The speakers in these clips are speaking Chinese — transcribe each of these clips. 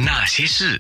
那些事，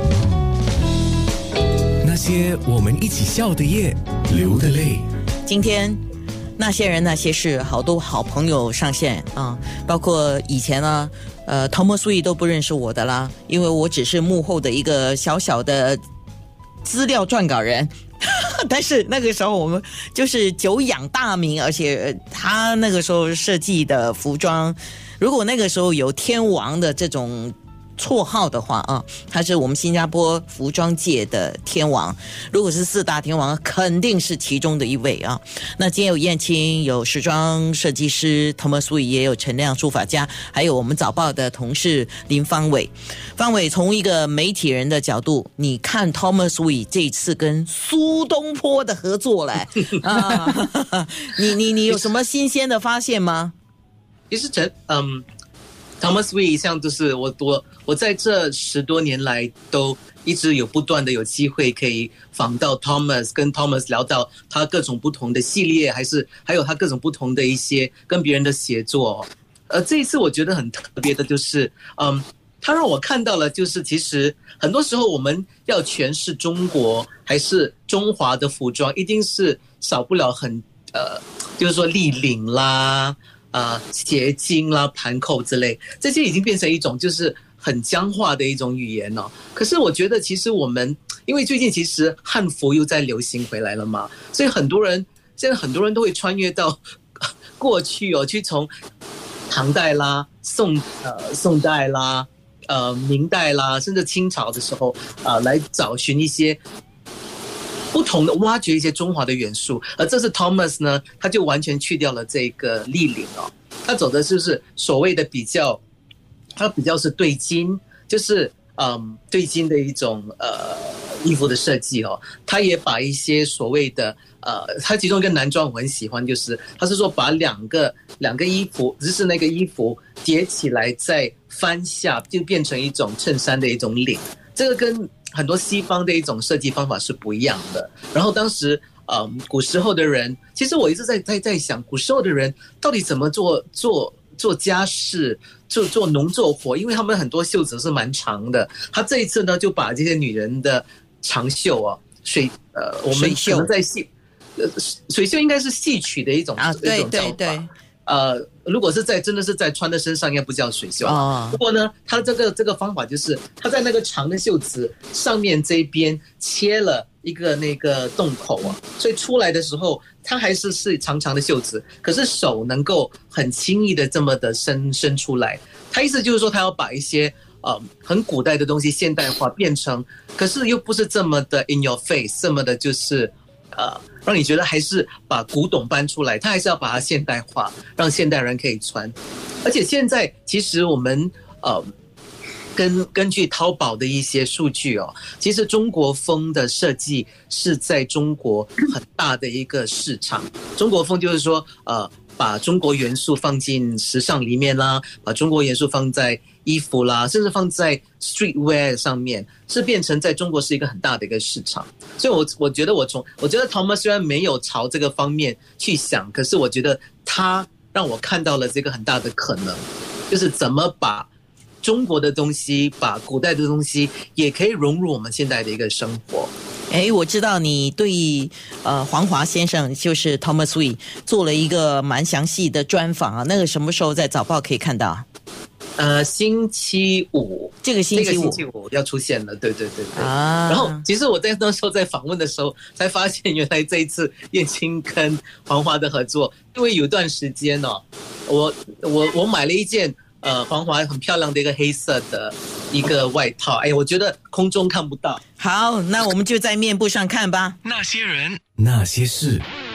那些我们一起笑的夜，流的泪。 今天那些人那些事，好多好朋友上线啊，包括以前呢Thomas Wee 都不认识我的啦，因为我只是幕后的一个小小的资料撰稿人。但是那个时候我们就是久仰大名，而且他那个时候设计的服装，如果那个时候有天王的这种绰号的话啊，他是我们新加坡服装界的天王，如果是四大天王肯定是其中的一位啊。那今天有燕青，有时装设计师 Thomas Wee， 也有陈亮书法家，还有我们早报的同事林方伟。方伟，从一个媒体人的角度，你看 Thomas Wee 这次跟苏东坡的合作嘞啊，你有什么新鲜的发现吗？ 其实Thomas Wee 像就是我在这10多年来都一直有不断的有机会可以访到 Thomas， 跟 Thomas 聊到他各种不同的系列，还有他各种不同的一些跟别人的协作。这一次我觉得很特别的就是他让我看到了，就是其实很多时候我们要诠释中国还是中华的服装，一定是少不了就是说立领啦。斜襟啦、盘扣之类，这些已经变成一种就是很僵化的一种语言哦。可是我觉得，其实我们因为最近其实汉服又在流行回来了嘛，所以现在很多人都会穿越到过去哦，去从唐代啦、宋代啦、明代啦，甚至清朝的时候来找寻一些不同的挖掘一些中华的元素，而这是 Thomas 呢，他就完全去掉了这个立领哦，他走的就是所谓的他比较是对襟，就是对襟的一种衣服的设计哦，他也把一些所谓的他其中一个男装我很喜欢，就是他是说把两个衣服，只是那个衣服叠起来再翻下，就变成一种衬衫的一种领，这个跟很多西方的一种设计方法是不一样的。然后当时古时候的人，其实我一直在想，古时候的人到底怎么做家事，做农作活，因为他们很多袖子是蛮长的。他这一次呢，就把这些女人的长袖啊，我们可能在水袖应该是戏曲的一种对一种叫法。 对。 如果是真的是在穿在身上，应该不叫水袖。不过呢，他这个方法就是他在那个长的袖子上面这一边切了一个那个洞口啊，所以出来的时候，它还是长长的袖子，可是手能够很轻易的这么的伸出来。他意思就是说，他要把一些很古代的东西现代化变成，可是又不是这么的 in your face， 这么的就是让你觉得还是把古董搬出来，他还是要把它现代化，让现代人可以穿。而且现在其实我们根据淘宝的一些数据哦，其实中国风的设计是在中国很大的一个市场。中国风就是说把中国元素放进时尚里面啦，把中国元素放在衣服啦，甚至放在 streetwear 上面，是变成在中国是一个很大的一个市场。所以我觉得Thomas 虽然没有朝这个方面去想，可是我觉得他让我看到了这个很大的可能，就是怎么把中国的东西，把古代的东西也可以融入我们现在的一个生活。 我知道你对黄华先生就是 Thomas Wee 做了一个蛮详细的专访啊，那个什么时候在早报可以看到？ 星期五， 这个星期五要出现了，对然后其实我在那时候在访问的时候才发现，原来这一次燕青跟黄华的合作，因为有段时间哦，我买了一件黄华很漂亮的一个黑色的一个外套，我觉得空中看不到。 好，那我们就在面部上看吧。 那些人， 那些事。